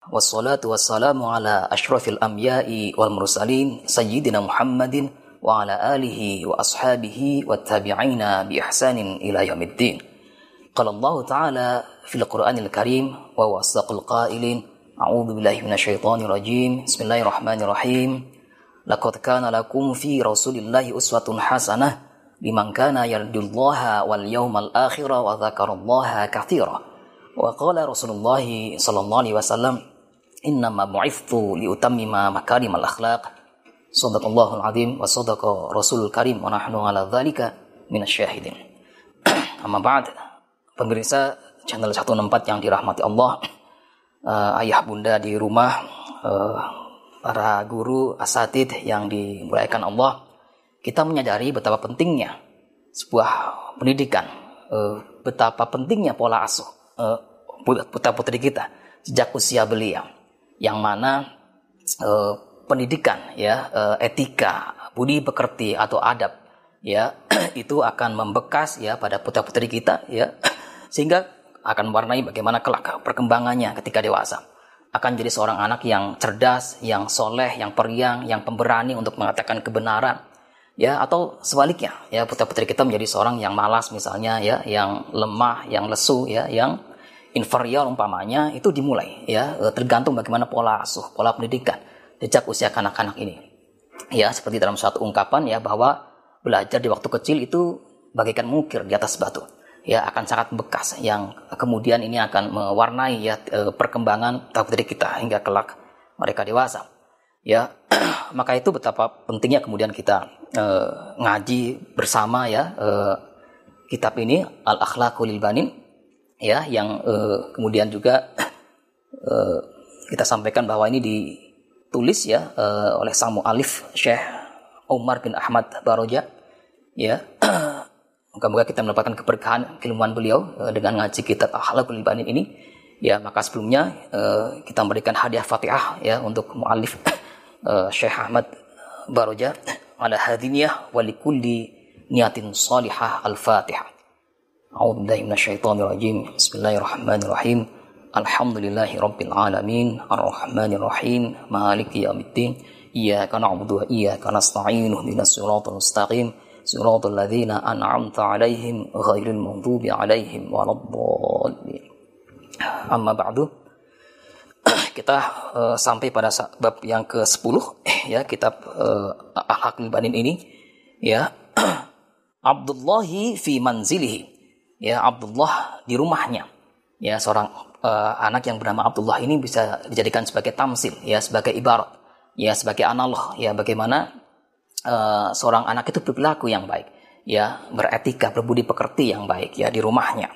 wassalatu wassalamu ala asyrafil anbiya'i wal mursalin sayyidina Muhammadin wa ala alihi wa ashabihi wa tabi'ina bi ihsanin ila yaumiddin. Qala Allah Ta'ala fil Qur'anil Karim wa wasaqul qailin a'udzu billahi minasyaitonir rajim. Bismillahirrahmanirrahim. Laqad kana lakum fi Rasulillahi uswatun hasanah liman kana yarjullaha wal yawmal akhir wa dzakarallaha katsira. Wa qala Rasulullah sallallahu alaihi wasallam innama bu'ithtu liutammima makarimal akhlaq. Shadaqallahul azim wa shadaqa Rasulul Karim wa nahnu ala dzalika minasyahidin. Amma ba'd, pemirsa channel 14 yang dirahmati Allah, ayah bunda di rumah, para guru asatidz yang dimuliakan Allah, kita menyadari betapa pentingnya sebuah pendidikan, betapa pentingnya pola asuh putra-putri kita sejak usia belia, yang mana pendidikan etika, budi pekerti atau adab itu akan membekas pada putra-putri kita sehingga akan mewarnai bagaimana kelak perkembangannya ketika dewasa. Akan jadi seorang anak yang cerdas, yang soleh, yang periang, yang pemberani untuk mengatakan kebenaran, atau sebaliknya, putra-putri kita menjadi seorang yang malas misalnya, yang lemah, yang lesu, yang inferior umpamanya. Itu dimulai, tergantung bagaimana pola asuh, pola pendidikan sejak usia kanak-kanak ini. Seperti dalam suatu ungkapan bahwa belajar di waktu kecil itu bagaikan mengukir di atas batu. Akan sangat bekas, yang kemudian ini akan mewarnai perkembangan putra-putri kita hingga kelak mereka dewasa. Maka itu betapa pentingnya kemudian kita ngaji bersama kitab ini Al-Akhlaqul Banin, yang kemudian juga kita sampaikan bahwa ini ditulis oleh sang mu'alif Syekh Umar bin Ahmad Baroja. Moga-moga kita mendapatkan keberkahan keilmuan beliau dengan ngaji kitab Al-Akhlaqul Banin ini. Maka sebelumnya kita memberikan hadiah Fatihah untuk mu'alif Syekh Ahmad Baroja ala hadiniyah wa likulli niyatin salihah. Al-Fatihah. A'udzu billahi minasyaitonir rajim. Bismillahirrahmanirrahim. Alhamdulillahi rabbil alamin, arrahmanir rahim, maliki yaumiddin. Iyyaka na'budu wa iyyaka nasta'in. Ihdinas siratal mustaqim. Siratal ladzina an'amta 'alaihim ghairil maghdubi 'alaihim waladdallin. Amma ba'du. Kita sampai pada bab yang ke-10 kitab Al-Akhlaqul Banin ini, Abdullahi fi manzilihi. Abdullah di rumahnya. Seorang anak yang bernama Abdullah ini bisa dijadikan sebagai tamsil, sebagai ibarat, sebagai analog, bagaimana seorang anak itu berperilaku yang baik, beretika, berbudi pekerti yang baik, di rumahnya.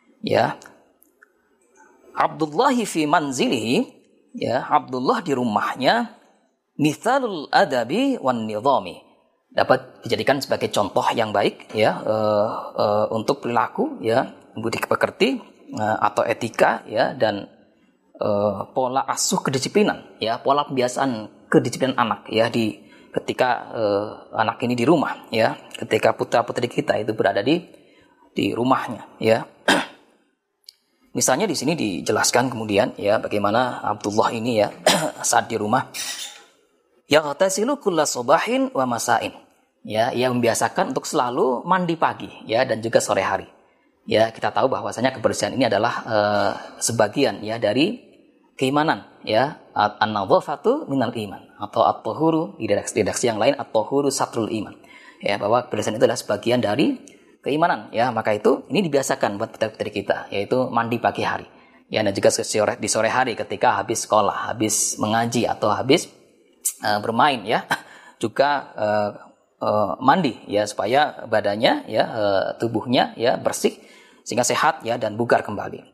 Abdullahi fi manzilihi, Abdullah di rumahnya, mithalul adabi wan nizami, dapat dijadikan sebagai contoh yang baik, untuk perilaku, budi pekerti atau etika, dan pola asuh kedisiplinan, pola pembiasaan kedisiplinan anak, ketika anak ini di rumah, ketika putra-putri kita itu berada di rumahnya, Misalnya di sini dijelaskan kemudian bagaimana Abdullah ini saat di rumah yaghtasilu kulla subahin wa masain. Ia membiasakan untuk selalu mandi pagi dan juga sore hari. Kita tahu bahwasanya kebersihan ini adalah sebagian dari keimanan, an-nadhafatu minal iman, atau at-tahuru di redaksi yang lain at-tahuru satrul iman. Bahwa kebersihan itu adalah sebagian dari keimanan, maka itu ini dibiasakan buat putra-putri kita, yaitu mandi pagi hari, dan juga di sore hari ketika habis sekolah, habis mengaji atau habis bermain, juga mandi, supaya badannya, tubuhnya, bersih sehingga sehat, dan bugar kembali,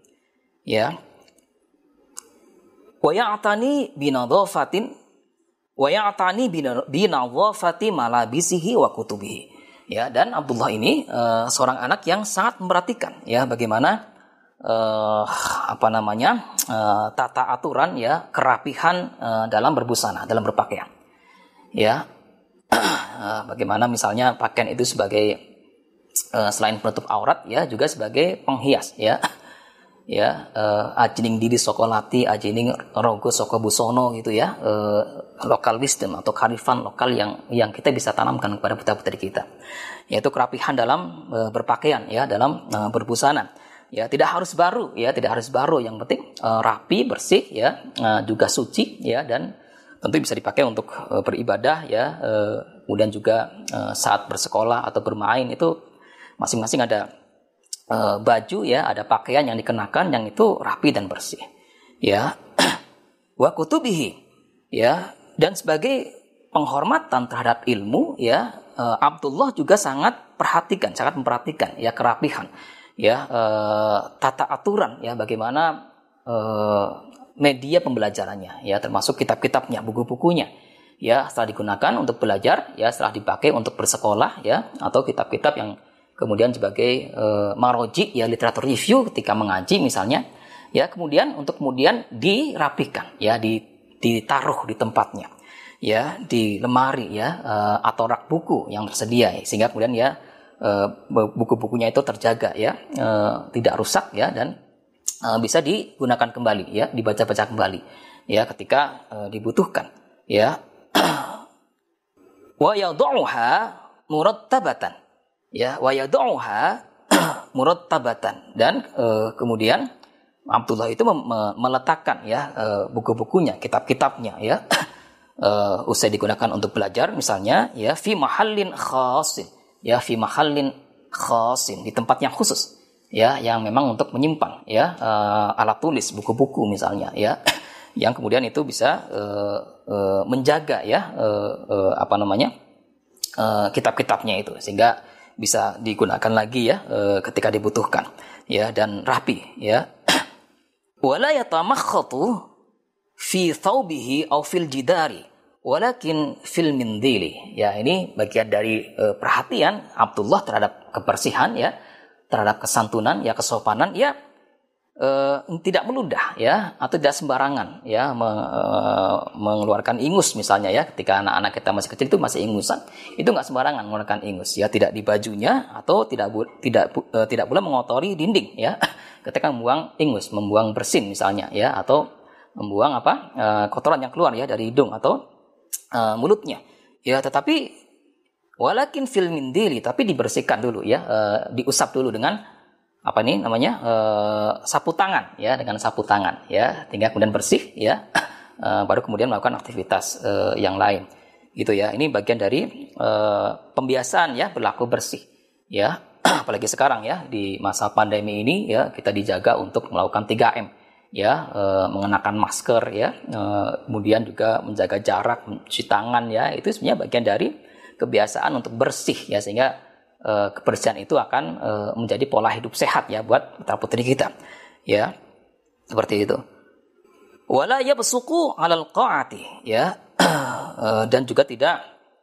Wa ya'tani binadhafatin wa ya'tani binadhafati malabisihi wa kutubihi. Dan Abdullah ini seorang anak yang sangat memperhatikan bagaimana tata aturan kerapihan dalam berbusana, dalam berpakaian. Bagaimana misalnya pakaian itu sebagai selain penutup aurat juga sebagai penghias ya, ajining diri saka lati, ajining rogo saka busono gitu ya, lokal wisdom atau kearifan lokal yang kita bisa tanamkan kepada putra-putri kita, yaitu kerapihan dalam berpakaian ya, dalam berbusana. Ya, tidak harus baru ya, tidak harus baru, yang penting rapi, bersih ya, juga suci ya, dan tentu bisa dipakai untuk beribadah ya, kemudian juga saat bersekolah atau bermain itu masing-masing ada baju ya, ada pakaian yang dikenakan yang itu rapi dan bersih ya. Wa kutubihi ya, dan sebagai penghormatan terhadap ilmu ya, Abdullah juga sangat memperhatikan ya kerapihan ya, tata aturan ya, bagaimana media pembelajarannya ya, termasuk kitab-kitabnya, buku-bukunya ya, setelah digunakan untuk belajar ya, setelah dipakai untuk bersekolah ya, atau kitab-kitab yang kemudian sebagai maroji ya, literatur review ketika mengaji misalnya ya, kemudian dirapikan ya, ditaruh di tempatnya ya, di lemari ya, atau rak buku yang tersedia ya, sehingga kemudian ya buku-bukunya itu terjaga ya, tidak rusak ya, dan bisa digunakan kembali ya, dibaca-baca kembali ya ketika dibutuhkan ya. Wa yad'uha murattabatan ya, wa yad'uha murattabatan, dan kemudian Abdullah itu meletakkan ya buku-bukunya, kitab-kitabnya ya, usai digunakan untuk belajar misalnya ya, fi mahallin khasin ya, fi mahallin khasin, di tempat yang khusus ya, yang memang untuk menyimpan ya alat tulis, buku-buku misalnya ya, yang kemudian itu bisa menjaga ya kitab-kitabnya itu, sehingga bisa digunakan lagi ya ketika dibutuhkan ya, dan rapi ya. Wala yatamakhatu fi thawbihi aw fil jidari walakin fil mindili ya, ini bagian dari perhatian Abdullah terhadap kebersihan ya, terhadap kesantunan ya, kesopanan ya, tidak meludah ya, atau tidak sembarangan ya, mengeluarkan ingus misalnya ya, ketika anak-anak kita masih kecil itu masih ingusan, itu nggak sembarangan mengeluarkan ingus ya, tidak di bajunya, atau tidak pula mengotori dinding ya ketika membuang ingus, membuang bersin misalnya ya, atau membuang kotoran yang keluar ya dari hidung atau mulutnya ya, tetapi walakin fil mindili, tapi dibersihkan dulu ya, diusap dulu dengan sapu tangan ya, dengan sapu tangan ya, hingga kemudian bersih ya, baru kemudian melakukan aktivitas yang lain gitu ya. Ini bagian dari pembiasaan ya, berlaku bersih ya, apalagi sekarang ya di masa pandemi ini ya, kita dijaga untuk melakukan 3M ya, mengenakan masker ya, kemudian juga menjaga jarak, mencuci tangan ya, itu sebenarnya bagian dari kebiasaan untuk bersih ya, sehingga kebersihan itu akan menjadi pola hidup sehat ya buat putra putri kita ya, seperti itu. Wala yabsuqu 'alal qa'ati ya, dan juga tidak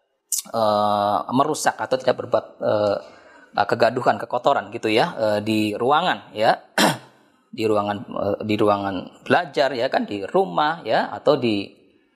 merusak atau tidak berbuat kegaduhan, kekotoran gitu ya, di ruangan ya, di ruangan belajar ya kan, di rumah ya, atau di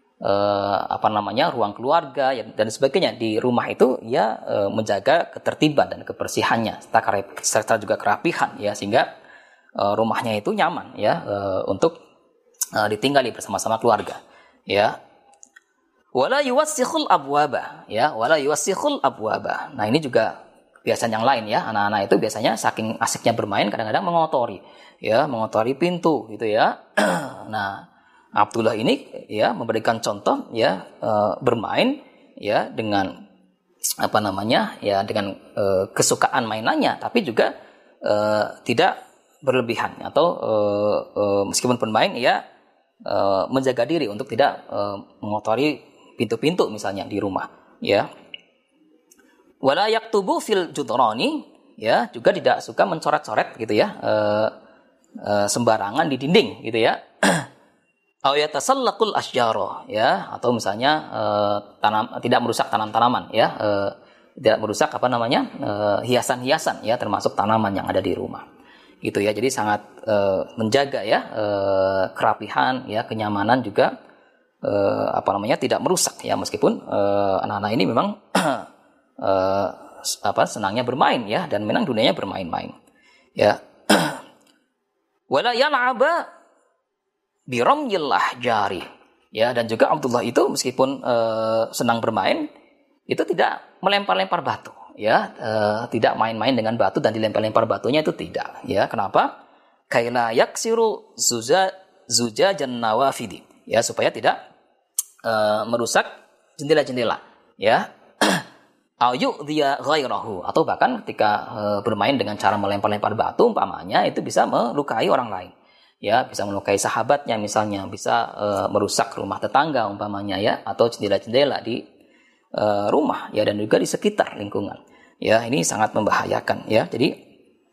ruang keluarga ya, dan sebagainya. Di rumah itu ya menjaga ketertiban dan kebersihannya serta juga kerapihan ya, sehingga rumahnya itu nyaman ya untuk ditinggali bersama-sama keluarga ya. Wala yuwassikhul abwaba ya, wala yuwassikhul abwaba. Nah, ini juga kebiasaan yang lain ya, anak-anak itu biasanya saking asiknya bermain kadang-kadang mengotori pintu gitu ya. Nah, Abdullah ini ya memberikan contoh ya, bermain ya dengan dengan kesukaan mainannya, tapi juga tidak berlebihan, atau meskipun bermain ya menjaga diri untuk tidak mengotori pintu-pintu misalnya di rumah ya. Wala yaktubu fil judrani ya, juga tidak suka mencoret-coret gitu ya, sembarangan di dinding gitu ya. Au yatasallaqul asyjara ya, atau misalnya tidak merusak tanaman-tanaman ya, tidak merusak hiasan-hiasan ya, termasuk tanaman yang ada di rumah gitu ya. Jadi sangat menjaga ya kerapihan ya, kenyamanan juga tidak merusak ya, meskipun anak-anak ini memang senangnya bermain ya, dan memang dunianya bermain-main ya. Wala yal'aba biramyil ahjari. Ya, dan juga Abdullah itu meskipun senang bermain, itu tidak melempar-lempar batu, ya, tidak main-main dengan batu dan dilempar-lempar batunya, itu tidak, ya. Kenapa? Kaila yaksiru zujajan nawafidi, ya, supaya tidak merusak jendela-jendela, ya. Au yu'dhiya ghairahu, atau bahkan ketika bermain dengan cara melempar-lempar batu umpamanya, itu bisa melukai orang lain. Ya, bisa melukai sahabatnya misalnya, bisa merusak rumah tetangga umpamanya, ya, atau jendela-jendela di rumah, ya, dan juga di sekitar lingkungan. Ya, ini sangat membahayakan, ya. Jadi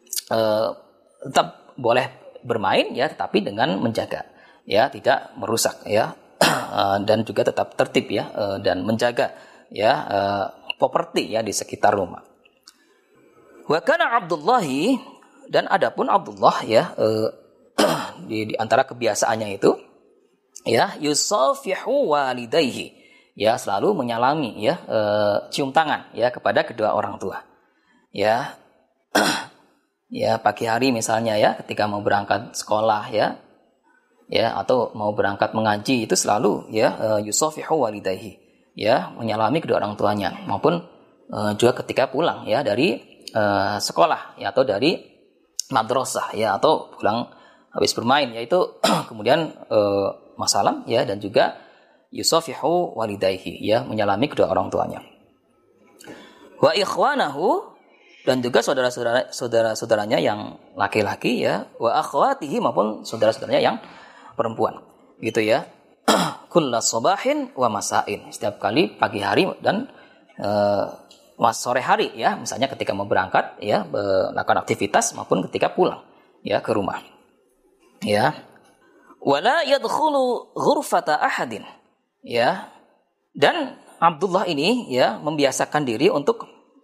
tetap boleh bermain, ya, tetapi dengan menjaga, ya, tidak merusak, ya. Dan juga tetap tertib, ya, dan menjaga, ya, properti, ya, di sekitar rumah. Wa kana Abdullahi, dan adapun Abdullah, ya, di antara kebiasaannya itu, ya, yusafihu walidayhi, ya, selalu menyalami, ya, cium tangan, ya, kepada kedua orang tua, ya. Ya, pagi hari misalnya, ya, ketika mau berangkat sekolah, ya, atau mau berangkat mengaji, itu selalu, ya, yusafihu walidayhi, ya, menyalami kedua orang tuanya, maupun juga ketika pulang, ya, dari sekolah, ya, atau dari madrasah, ya, atau pulang habis bermain, yaitu kemudian masalam, ya, dan juga yusafihu walidayhi, ya, menyalami kedua orang tuanya. Wa ikhwanahu, dan juga saudara-saudaranya yang laki-laki, ya, wa akhwatihi, maupun saudara-saudaranya yang perempuan, gitu, ya. Kulla sabahin wa masain, setiap kali pagi hari dan sore hari, ya, misalnya ketika mau berangkat, ya, melakukan aktivitas, maupun ketika pulang, ya, ke rumah. Ya, wala yadkhulu ghurfata ahadin, ya, dan Abdullah ini, ya, membiasakan diri untuk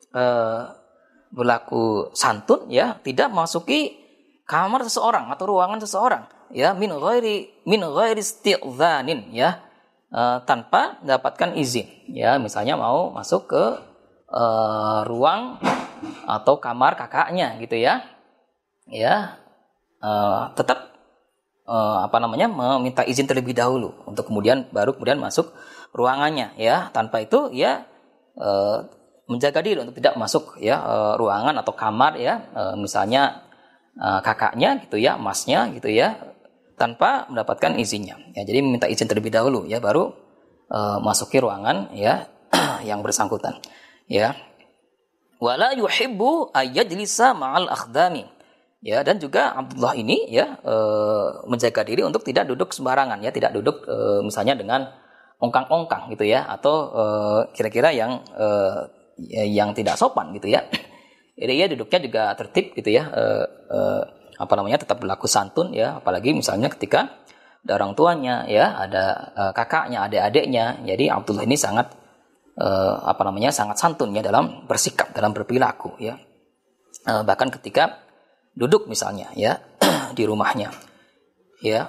berlaku santun, ya, tidak memasuki kamar seseorang atau ruangan seseorang, ya, min ghairi isti'dzanin, ya, tanpa mendapatkan izin, ya, misalnya mau masuk ke ruang atau kamar kakaknya, gitu, ya, ya, tetap meminta izin terlebih dahulu untuk baru kemudian masuk ruangannya, ya. Tanpa itu, ya, menjaga diri untuk tidak masuk, ya, ruangan atau kamar, ya, misalnya kakaknya, gitu, ya, masnya, gitu, ya, tanpa mendapatkan izinnya, ya. Jadi meminta izin terlebih dahulu, ya, baru masuki ruangan, ya, yang bersangkutan, ya. Wala yuhibbu ayyajlisa ma'al akhdami, ya, dan juga Abdullah ini, ya, menjaga diri untuk tidak duduk sembarangan, ya, tidak duduk misalnya dengan ongkang-ongkang, gitu, ya, atau kira-kira yang tidak sopan, gitu, ya. Jadi, ya, duduknya juga tertib, gitu, ya, tetap berlaku santun, ya, apalagi misalnya ketika ada orang tuanya, ya, ada kakaknya, adik-adiknya. Jadi Abdullah ini sangat sangat santun, ya, dalam bersikap, dalam berperilaku, ya. Bahkan ketika duduk misalnya, ya, di rumahnya, ya.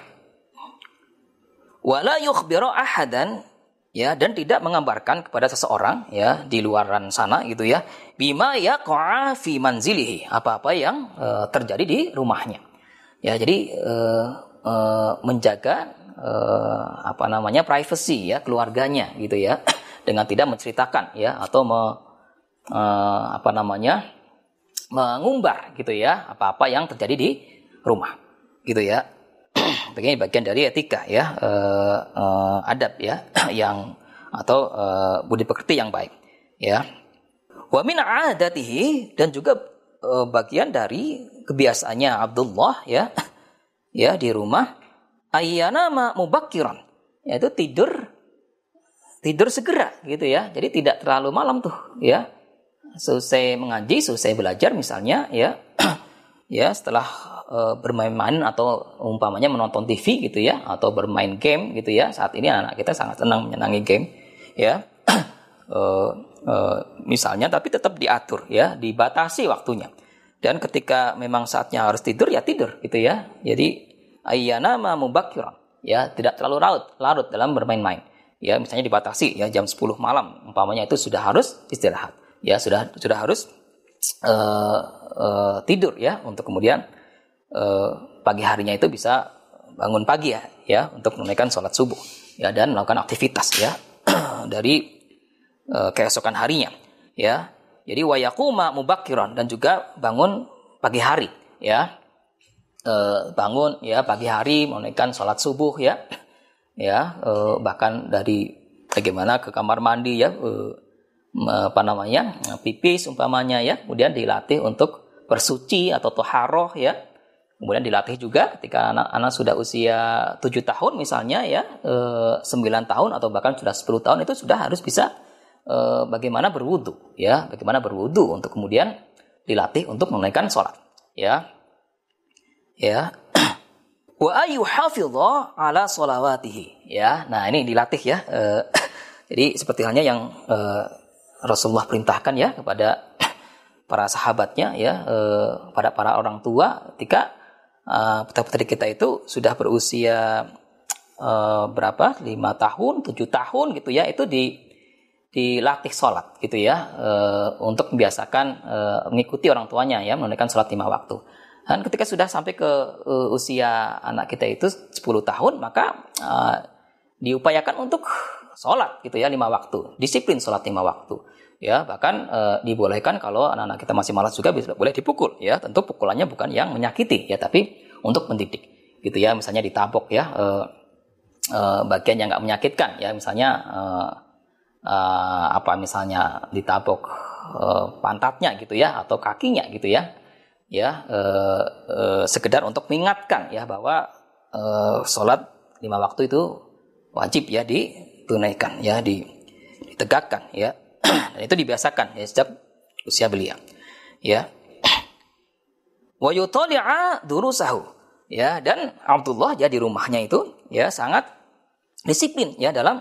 Wala yukhbiru ahadan, ya, dan tidak mengabarkan kepada seseorang, ya, di luaran sana, gitu, ya, bima yaqa'a fi manzilihi, apa-apa yang terjadi di rumahnya, ya. Jadi menjaga privacy, ya, keluarganya, gitu, ya, dengan tidak menceritakan, ya, atau mengumbar, gitu, ya, apa-apa yang terjadi di rumah, gitu, ya. Begini bagian dari etika, ya, adab, ya, yang atau budi pekerti yang baik, ya. Wa min 'adatihi, dan juga bagian dari kebiasaannya Abdullah, ya, ya, di rumah, ayyanama mubakkiran, yaitu tidur segera, gitu, ya. Jadi tidak terlalu malam tuh, ya. Selesai mengaji, selesai belajar misalnya, ya, ya, setelah bermain-main atau umpamanya menonton TV, gitu, ya, atau bermain game, gitu, ya. Saat ini anak kita sangat senang menyenangi game, ya. Misalnya, tapi tetap diatur, ya, dibatasi waktunya. Dan ketika memang saatnya harus tidur, ya tidur, gitu, ya. Jadi ayyanama mubakkiran, ya, tidak terlalu larut dalam bermain-main, ya. Misalnya dibatasi, ya, jam 10 malam umpamanya, itu sudah harus istirahat, ya, sudah harus tidur, ya, untuk kemudian pagi harinya itu bisa bangun pagi ya untuk menunaikan sholat subuh ya dan melakukan aktivitas ya dari keesokan harinya ya. Jadi wa yaquma mubakkiran, dan juga bangun pagi hari ya. Bangun ya pagi hari menunaikan sholat subuh ya. Ya, bahkan dari bagaimana ke kamar mandi ya, pipis umpamanya ya, kemudian dilatih untuk bersuci atau toharoh ya. Kemudian dilatih juga ketika anak-anak sudah usia 7 tahun misalnya ya, 9 tahun atau bahkan sudah 10 tahun itu sudah harus bisa bagaimana berwudu ya, bagaimana berwudu untuk kemudian dilatih untuk menunaikan sholat ya. Ya. Wa ayyuhafidha ala sholawatihi ya. Nah, ini dilatih ya. Jadi seperti halnya yang Rasulullah perintahkan ya kepada para sahabatnya ya, pada para orang tua ketika putra-putri kita itu sudah berusia 5 tahun, 7 tahun gitu ya, itu dilatih sholat gitu ya, untuk membiasakan mengikuti orang tuanya ya, menunaikan sholat 5 waktu. Dan ketika sudah sampai ke usia anak kita itu 10 tahun, maka diupayakan untuk sholat gitu ya 5 waktu, disiplin sholat 5 waktu ya. Bahkan dibolehkan kalau anak-anak kita masih malas juga boleh dipukul ya. Tentu pukulannya bukan yang menyakiti ya, tapi untuk mendidik gitu ya. Misalnya ditabok ya, bagian yang nggak menyakitkan ya, misalnya misalnya ditabok pantatnya gitu ya, atau kakinya gitu ya. Ya, sekedar untuk mengingatkan ya bahwa sholat 5 waktu itu wajib ya ditunaikan ya, ditegakkan ya. Dan itu dibiasakan ya sejak usia belia ya. Wa yutali'a durusahu ya, dan Abdullah ya di rumahnya itu ya sangat disiplin ya dalam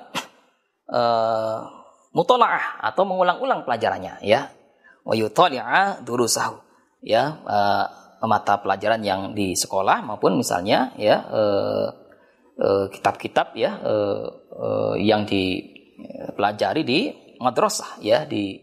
mutola'ah atau mengulang-ulang pelajarannya ya. Wa yutali'a durusahu ya, mata pelajaran yang di sekolah maupun misalnya ya kitab-kitab ya yang dipelajari di madrasah ya, di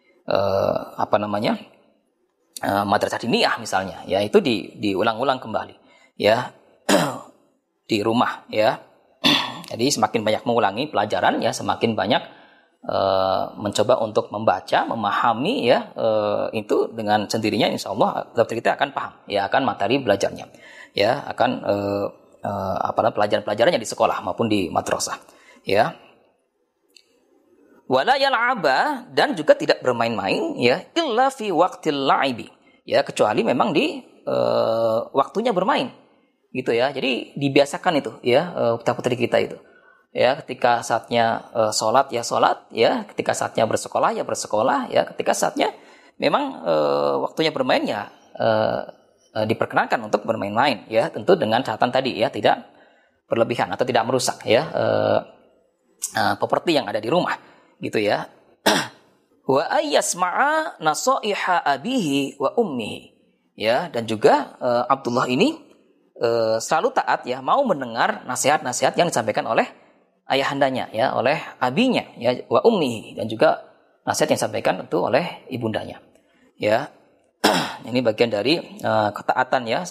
madrasah diniyah misalnya ya, itu diulang-ulang kembali ya di rumah ya. Jadi semakin banyak mengulangi pelajaran ya, semakin banyak mencoba untuk membaca, memahami ya, itu dengan sendirinya insya Allah kita akan paham ya akan materi belajarnya ya, akan pelajaran-pelajarannya di sekolah maupun di madrasah ya. Wala yal'aba, dan juga tidak bermain-main ya, illa fi waqtil la'ibi ya, kecuali memang di waktunya bermain gitu ya. Jadi dibiasakan itu ya, putra-putri kita itu ya, ketika saatnya sholat ya sholat ya, ketika saatnya bersekolah ya bersekolah ya, ketika saatnya memang waktunya bermain ya diperkenankan untuk bermain-main ya, tentu dengan catatan tadi ya, tidak berlebihan atau tidak merusak ya properti yang ada di rumah gitu ya. Wa ayyasma'a nasaiha abihi wa ummihi ya, dan juga Abdullah ini selalu taat ya, mau mendengar nasihat-nasihat yang disampaikan oleh ayahandanya ya, oleh abinya ya, wa ummihi, dan juga nasihat yang disampaikan tentu oleh ibundanya ya. Ini bagian dari ketaatan ya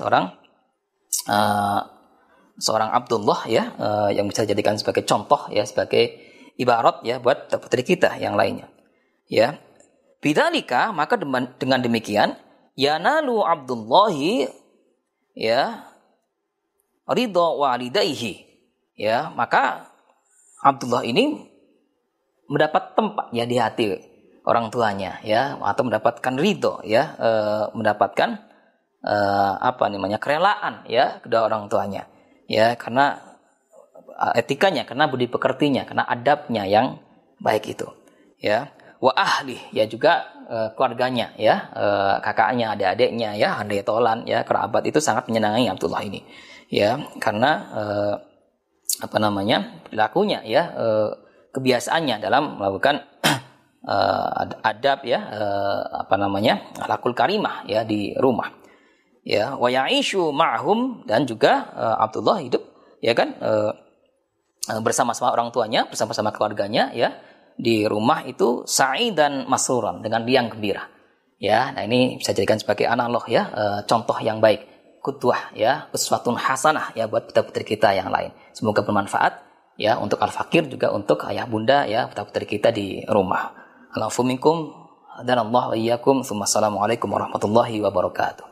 seorang Abdullah ya, yang bisa dijadikan sebagai contoh ya, sebagai ibarat ya buat putri kita yang lainnya ya. Bidzalika, maka dengan demikian, yanalu Abdullahi ya ridha walidayhi ya, maka Abdullah ini mendapat tempat ya di hati orang tuanya ya, atau mendapatkan ridho ya, mendapatkan kerelaan ya kedua orang tuanya ya, karena etikanya, karena budi pekertinya, karena adabnya yang baik itu ya. Wa ahli ya, juga keluarganya ya, kakaknya, adik-adiknya ya, handai tolan ya, kerabat itu sangat menyenangi Abdullah ini ya, karena perilakunya ya, kebiasaannya dalam melakukan adab ya, akhlakul karimah ya di rumah ya. Wa ya'ishu ma'hum, dan juga Abdullah hidup ya kan bersama-sama orang tuanya, bersama-sama keluarganya ya di rumah itu sa'idan masruran, dengan riang gembira ya. Nah, ini bisa jadikan sebagai analog ya, contoh yang baik qudwah ya, uswatun hasanah ya buat putra-putri kita yang lain. Semoga bermanfaat ya untuk al-fakir, juga untuk ayah bunda ya, putra-putri kita di rumah. Alhamdulillah minkum dan Allah wa iyyakum. Assalamualaikum warahmatullahi wabarakatuh.